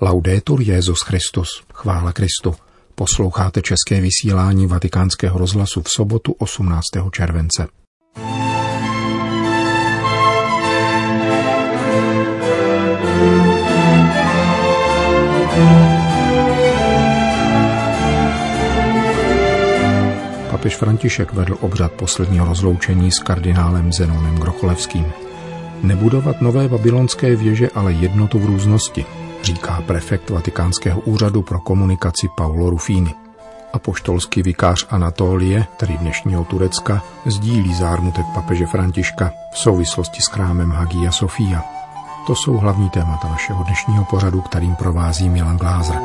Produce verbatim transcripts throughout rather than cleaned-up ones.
Laudetur Jesus Christus, chvála Kristu. Posloucháte české vysílání Vatikánského rozhlasu v sobotu osmnáctého července. Papež František vedl obřad posledního rozloučení s kardinálem Zenonem Grocholevským. Nebudovat nové babylonské věže, ale jednotu v různosti, říká prefekt Vatikánského úřadu pro komunikaci Paolo Ruffini. Apoštolský vikář Anatolie, tedy dnešního Turecka, sdílí zármutek papeže Františka v souvislosti s chrámem Hagia Sophia. To jsou hlavní témata našeho dnešního pořadu, kterým provází Milan Glázer.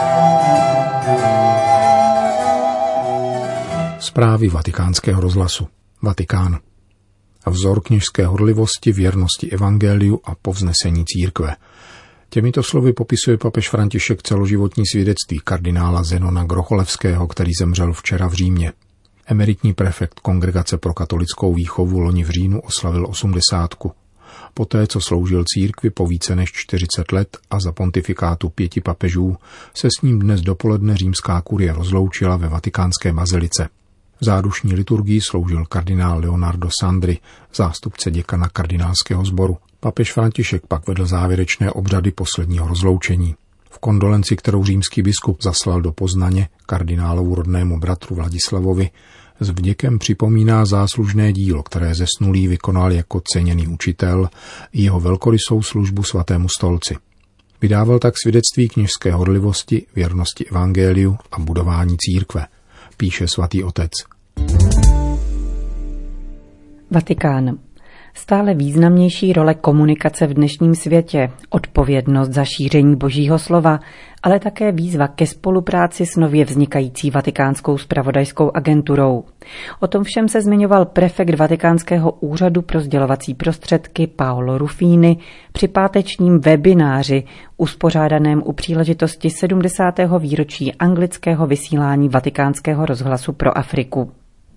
Zprávy Vatikánského rozhlasu. Vatikán. Vzor kněžské horlivosti, věrnosti evangeliu a povznesení církve. Těmito slovy popisuje papež František celoživotní svědectví kardinála Zenona Grocholevského, který zemřel včera v Římě. Emeritní prefekt Kongregace pro katolickou výchovu loni v říjnu oslavil osmdesátku. Poté, co sloužil církvi po více než čtyřicet let a za pontifikátu pěti papežů, se s ním dnes dopoledne římská kurie rozloučila ve vatikánské bazilice. V zádušní liturgii sloužil kardinál Leonardo Sandri, zástupce děkana kardinálského sboru. Papež František pak vedl závěrečné obřady posledního rozloučení. V kondolenci, kterou římský biskup zaslal do Poznaně kardinálovu rodnému bratru Vladislavovi, s vděkem připomíná záslužné dílo, které zesnulý vykonal jako ceněný učitel i jeho velkorysou službu svatému stolci. Vydával tak svědectví kněžské horlivosti, věrnosti evangeliu a budování církve, píše svatý otec. Vatikán. Stále významnější role komunikace v dnešním světě, odpovědnost za šíření Božího slova, ale také výzva ke spolupráci s nově vznikající Vatikánskou zpravodajskou agenturou. O tom všem se zmiňoval prefekt Vatikánského úřadu pro sdělovací prostředky Paolo Ruffini při pátečním webináři uspořádaném u příležitosti sedmdesátého výročí anglického vysílání Vatikánského rozhlasu pro Afriku.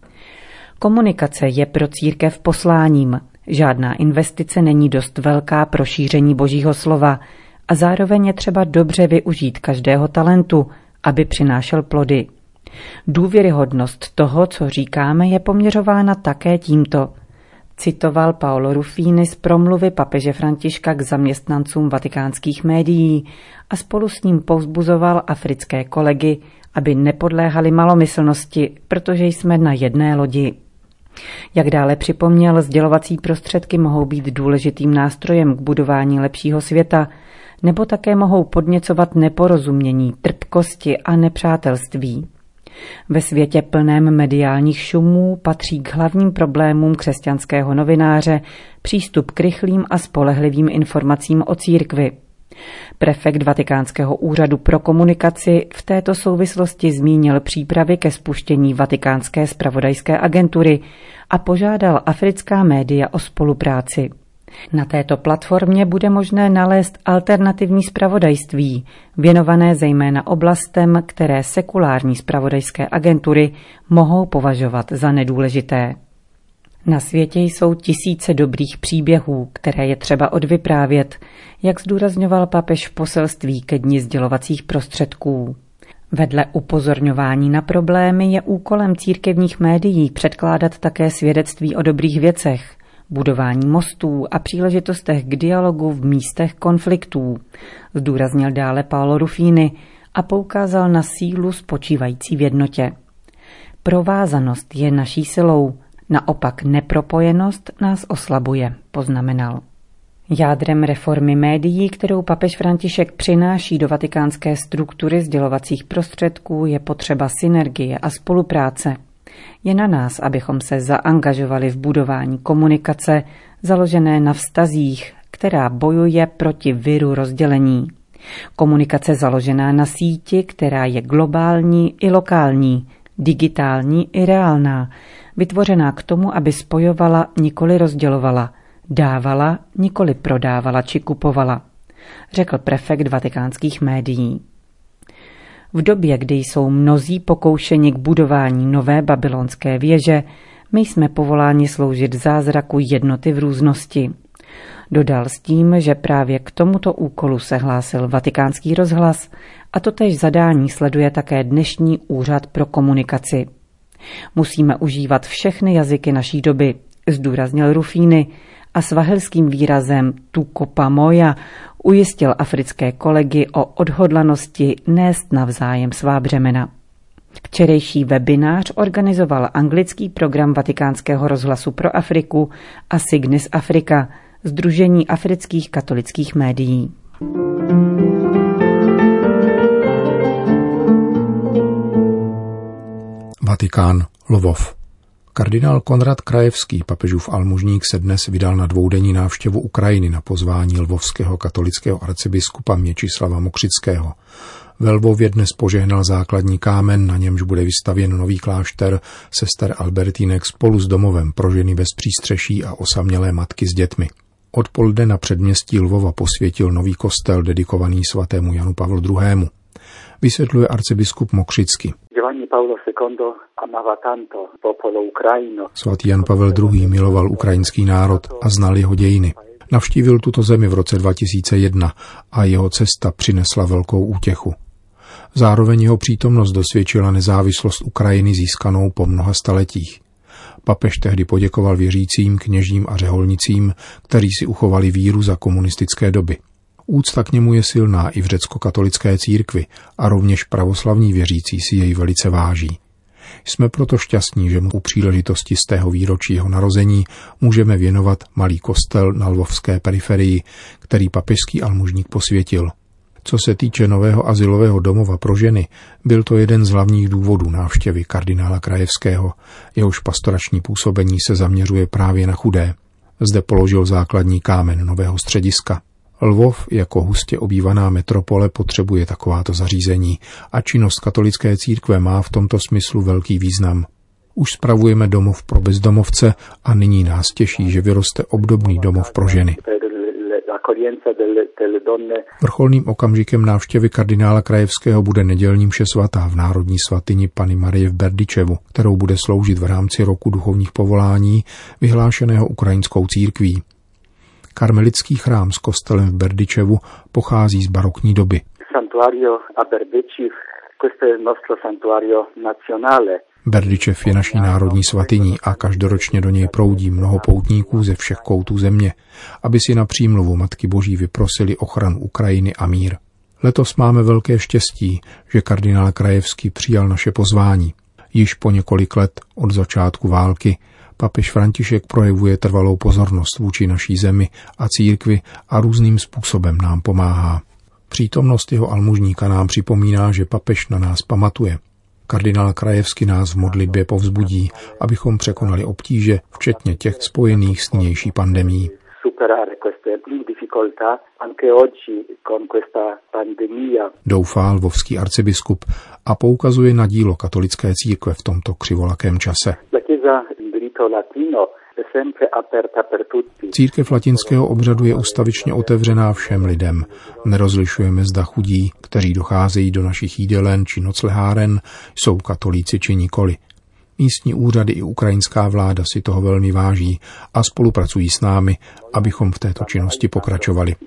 Komunikace je pro církev posláním. Žádná investice není dost velká pro šíření Božího slova a zároveň je třeba dobře využít každého talentu, aby přinášel plody. Důvěryhodnost toho, co říkáme, je poměřována také tímto. Citoval Paolo Ruffini z promluvy papeže Františka k zaměstnancům vatikánských médií a spolu s ním povzbuzoval africké kolegy, aby nepodléhali malomyslnosti, protože jsme na jedné lodi. Jak dále připomněl, sdělovací prostředky mohou být důležitým nástrojem k budování lepšího světa, nebo také mohou podněcovat neporozumění, trpkosti a nepřátelství. Ve světě plném mediálních šumů patří k hlavním problémům křesťanského novináře přístup k rychlým a spolehlivým informacím o církvi. Prefekt Vatikánského úřadu pro komunikaci v této souvislosti zmínil přípravy ke spuštění Vatikánské zpravodajské agentury a požádal africká média o spolupráci. Na této platformě bude možné nalézt alternativní zpravodajství, věnované zejména oblastem, které sekulární zpravodajské agentury mohou považovat za nedůležité. Na světě jsou tisíce dobrých příběhů, které je třeba odvyprávět, jak zdůrazňoval papež v poselství ke dni sdělovacích prostředků. Vedle upozorňování na problémy je úkolem církevních médií předkládat také svědectví o dobrých věcech, budování mostů a příležitostech k dialogu v místech konfliktů, zdůraznil dále Paolo Ruffini a poukázal na sílu spočívající v jednotě. Provázanost je naší silou, naopak nepropojenost nás oslabuje, poznamenal. Jádrem reformy médií, kterou papež František přináší do vatikánské struktury sdělovacích prostředků, je potřeba synergie a spolupráce. Je na nás, abychom se zaangažovali v budování komunikace založené na vztazích, která bojuje proti viru rozdělení. Komunikace založená na síti, která je globální i lokální, digitální i reálná, vytvořená k tomu, aby spojovala, nikoli rozdělovala, dávala, nikoli prodávala či kupovala, řekl prefekt vatikánských médií. V době, kdy jsou mnozí pokoušeni k budování nové babylonské věže, my jsme povoláni sloužit zázraku jednoty v různosti. Dodal s tím, že právě k tomuto úkolu se hlásil Vatikánský rozhlas a totéž zadání sleduje také dnešní úřad pro komunikaci. Musíme užívat všechny jazyky naší doby, zdůraznil Ruffini a svahelským výrazem tu kopa moja ujistil africké kolegy o odhodlanosti nést navzájem svá břemena. Včerejší webinář organizoval anglický program Vatikánského rozhlasu pro Afriku a Signis Africa, Sdružení afrických katolických médií. Vatikán, Lvov. Kardinál Konrad Krajevský, papežův almužník, se dnes vydal na dvoudenní návštěvu Ukrajiny na pozvání lvovského katolického arcibiskupa Měčislava Mokřického. Ve Lvově dnes požehnal základní kámen, na němž bude vystavěn nový klášter sester Albertínek spolu s domovem pro ženy bez přístřeší a osamělé matky s dětmi. Odpoledne na předměstí Lvova posvětil nový kostel dedikovaný svatému Janu Pavlu druhému. Vysvětluje arcibiskup Mokřický. Svatý Jan Pavel druhý. miloval ukrajinský národ a znal jeho dějiny. Navštívil tuto zemi v roce dva tisíce jedna a jeho cesta přinesla velkou útěchu. Zároveň jeho přítomnost dosvědčila nezávislost Ukrajiny získanou po mnoha staletích. Papež tehdy poděkoval věřícím, kněžím a řeholnicím, kteří si uchovali víru za komunistické doby. Úcta k němu je silná i v řecko-katolické církvi a rovněž pravoslavní věřící si jej velice váží. Jsme proto šťastní, že mu u příležitosti z tého výročí jeho narození můžeme věnovat malý kostel na lvovské periferii, který papežský almužník posvětil. Co se týče nového azylového domova pro ženy, byl to jeden z hlavních důvodů návštěvy kardinála Krajevského. Jehož pastorační působení se zaměřuje právě na chudé. Zde položil základní kámen nového střediska. Lvov jako hustě obývaná metropole potřebuje takováto zařízení a činnost katolické církve má v tomto smyslu velký význam. Už spravujeme domov pro bezdomovce a nyní nás těší, že vyroste obdobný domov pro ženy. Vrcholným okamžikem návštěvy kardinála Krajevského bude nedělní mše svatá v Národní svatyni Panny Marie v Berdyčevu, kterou bude sloužit v rámci roku duchovních povolání vyhlášeného ukrajinskou církví. Karmelický chrám s kostelem v Berdyčevu pochází z barokní doby. Berdyčev je naší národní svatyní a každoročně do něj proudí mnoho poutníků ze všech koutů země, aby si na přímluvu Matky Boží vyprosili ochranu Ukrajiny a mír. Letos máme velké štěstí, že kardinál Krajevský přijal naše pozvání. Již po několik let od začátku války papež František projevuje trvalou pozornost vůči naší zemi a církvi a různým způsobem nám pomáhá. Přítomnost jeho almužníka nám připomíná, že papež na nás pamatuje. Kardinál Krajevský nás v modlitbě povzbudí, abychom překonali obtíže, včetně těch spojených s nynější pandemií. Doufá lvovský arcibiskup a poukazuje na dílo katolické církve v tomto křivolakém čase. Církev latinského obřadu je ustavičně otevřená všem lidem. Nerozlišujeme zda chudí, kteří docházejí do našich jídelen či nocleháren, jsou katolíci či nikoli. Místní úřady i ukrajinská vláda si toho velmi váží a spolupracují s námi, abychom v této činnosti pokračovali.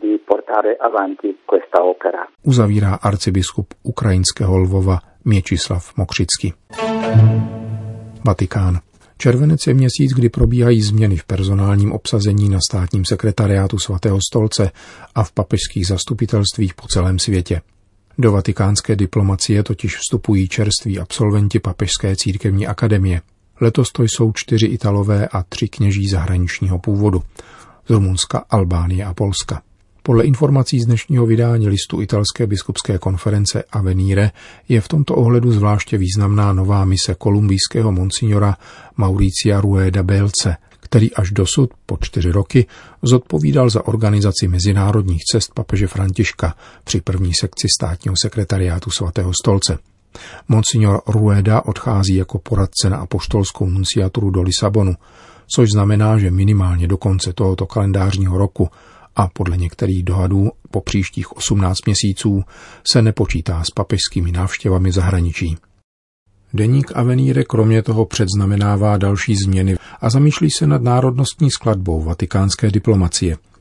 Uzavírá arcibiskup ukrajinského Lvova Měčislav Mokřický. Vatikán. Červenec je měsíc, kdy probíhají změny v personálním obsazení na státním sekretariátu Svatého stolce a v papežských zastupitelstvích po celém světě. Do vatikánské diplomacie totiž vstupují čerství absolventi Papežské církevní akademie. Letos to jsou čtyři Italové a tři kněží zahraničního původu z Rumunska, Albánie a Polska. Podle informací z dnešního vydání listu italské biskupské konference Avvenire je v tomto ohledu zvláště významná nová mise kolumbijského monsignora Mauricia Rueda Belce, který až dosud po čtyři roky zodpovídal za organizaci mezinárodních cest papeže Františka při první sekci státního sekretariátu Svatého stolce. Monsignor Rueda odchází jako poradce na apoštolskou nunciaturu do Lisabonu, což znamená, že minimálně do konce tohoto kalendářního roku a podle některých dohadů po příštích osmnáct měsíců se nepočítá s papežskými návštěvami zahraničí. Deník Avvenire kromě toho předznamenává další změny a zamýšlí se nad národnostní skladbou vatikánské diplomacie.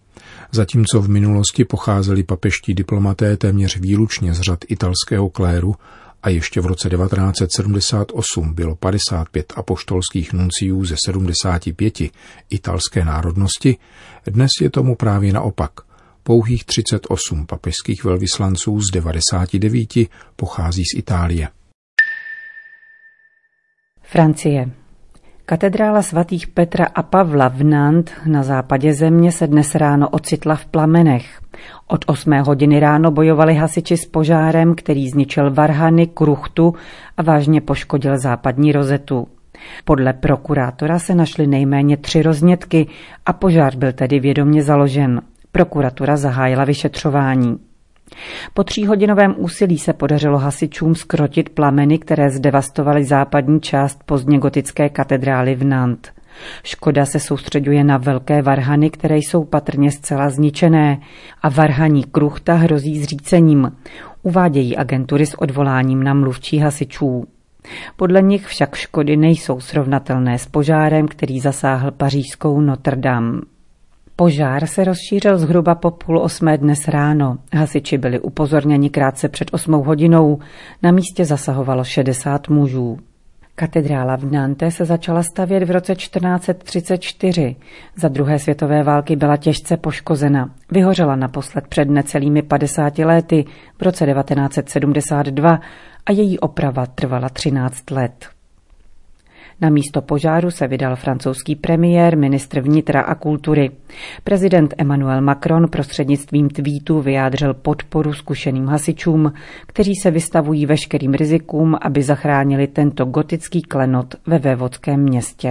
Zatímco v minulosti pocházeli papeští diplomaté téměř výlučně z řad italského kléru a ještě v roce devatenáct set sedmdesát osm bylo padesát pět apoštolských nunciů ze sedmdesáti pěti italské národnosti, dnes je tomu právě naopak. Pouhých třicet osm papežských velvyslanců z devadesáti devíti pochází z Itálie. Francie. Katedrála svatých Petra a Pavla v Nantes na západě země se dnes ráno ocitla v plamenech. Od osmé hodiny ráno bojovali hasiči s požárem, který zničil varhany, kruchtu a vážně poškodil západní rozetu. Podle prokurátora se našly nejméně tři roznětky a požár byl tedy vědomě založen. Prokuratura zahájila vyšetřování. Po tříhodinovém úsilí se podařilo hasičům zkrotit plameny, které zdevastovaly západní část pozdněgotické katedrály v Nantes. Škoda se soustřeďuje na velké varhany, které jsou patrně zcela zničené a varhaní kruchta hrozí zřícením, uvádějí agentury s odvoláním na mluvčí hasičů. Podle nich však škody nejsou srovnatelné s požárem, který zasáhl pařížskou Notre Dame. Požár se rozšířil zhruba po půl osmé dnes ráno. Hasiči byli upozorněni krátce před osmou hodinou. Na místě zasahovalo šedesát mužů. Katedrála v Nantes se začala stavět v roce čtrnáct set třicet čtyři. Za druhé světové války byla těžce poškozena. Vyhořela naposled před necelými padesáti lety v roce devatenáct set sedmdesát dva a její oprava trvala třináct let. Na místo požáru se vydal francouzský premiér, ministr vnitra a kultury. Prezident Emmanuel Macron prostřednictvím tweetu vyjádřil podporu zkušeným hasičům, kteří se vystavují veškerým rizikům, aby zachránili tento gotický klenot ve vévodském městě.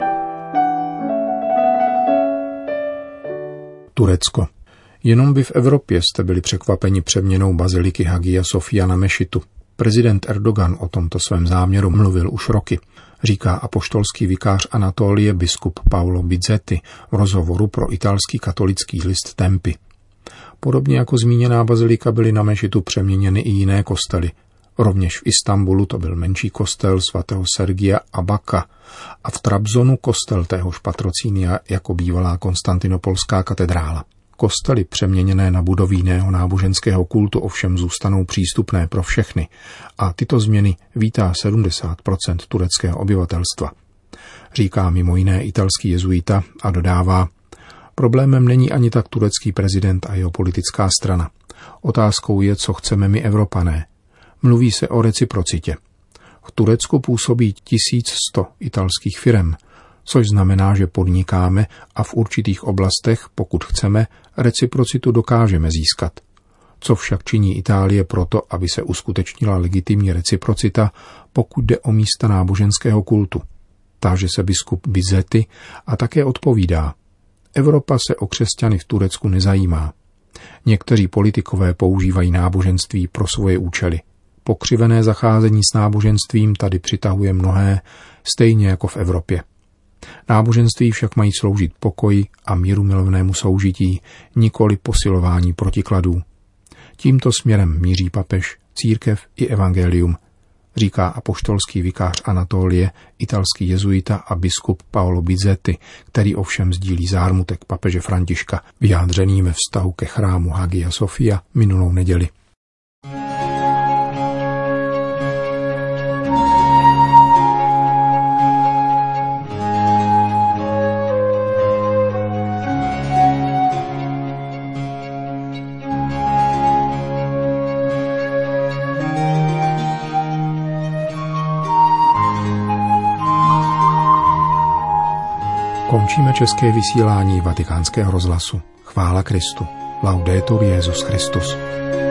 Turecko. Jenom vy v Evropě jste byli překvapeni přeměnou baziliky Hagia Sofia na mešitu. Prezident Erdogan o tomto svém záměru mluvil už roky, říká apoštolský vikář Anatolie biskup Paolo Bizzetti v rozhovoru pro italský katolický list Tempi. Podobně jako zmíněná bazilika byly na mešitu přeměněny i jiné kostely. Rovněž v Istanbulu to byl menší kostel svatého Sergia Abaka a v Trabzonu kostel téhož patrocínia jako bývalá konstantinopolská katedrála. Kostely přeměněné na budovy jiného náboženského kultu ovšem zůstanou přístupné pro všechny a tyto změny vítá sedmdesát procent tureckého obyvatelstva. Říká mimo jiné italský jezuita a dodává, problémem není ani tak turecký prezident a jeho politická strana. Otázkou je, co chceme my Evropané. Mluví se o reciprocitě. V Turecku působí tisíc sto italských firem, což znamená, že podnikáme a v určitých oblastech, pokud chceme, reciprocitu dokážeme získat. Co však činí Itálie proto, aby se uskutečnila legitimní reciprocita, pokud jde o místa náboženského kultu? Táže se biskup Bizzetti a také odpovídá. Evropa se o křesťany v Turecku nezajímá. Někteří politikové používají náboženství pro svoje účely. Pokřivené zacházení s náboženstvím tady přitahuje mnohé, stejně jako v Evropě. Náboženství však mají sloužit pokoji a mírumilovnému soužití, nikoli posilování protikladů. Tímto směrem míří papež, církev i evangelium, říká apoštolský vikář Anatolie, italský jezuita a biskup Paolo Bizzetti, který ovšem sdílí zármutek papeže Františka, vyjádřený ve vztahu ke chrámu Hagia Sofia minulou neděli. Končíme české vysílání Vatikánského rozhlasu. Chvála Kristu. Laudetur Jesus Christus.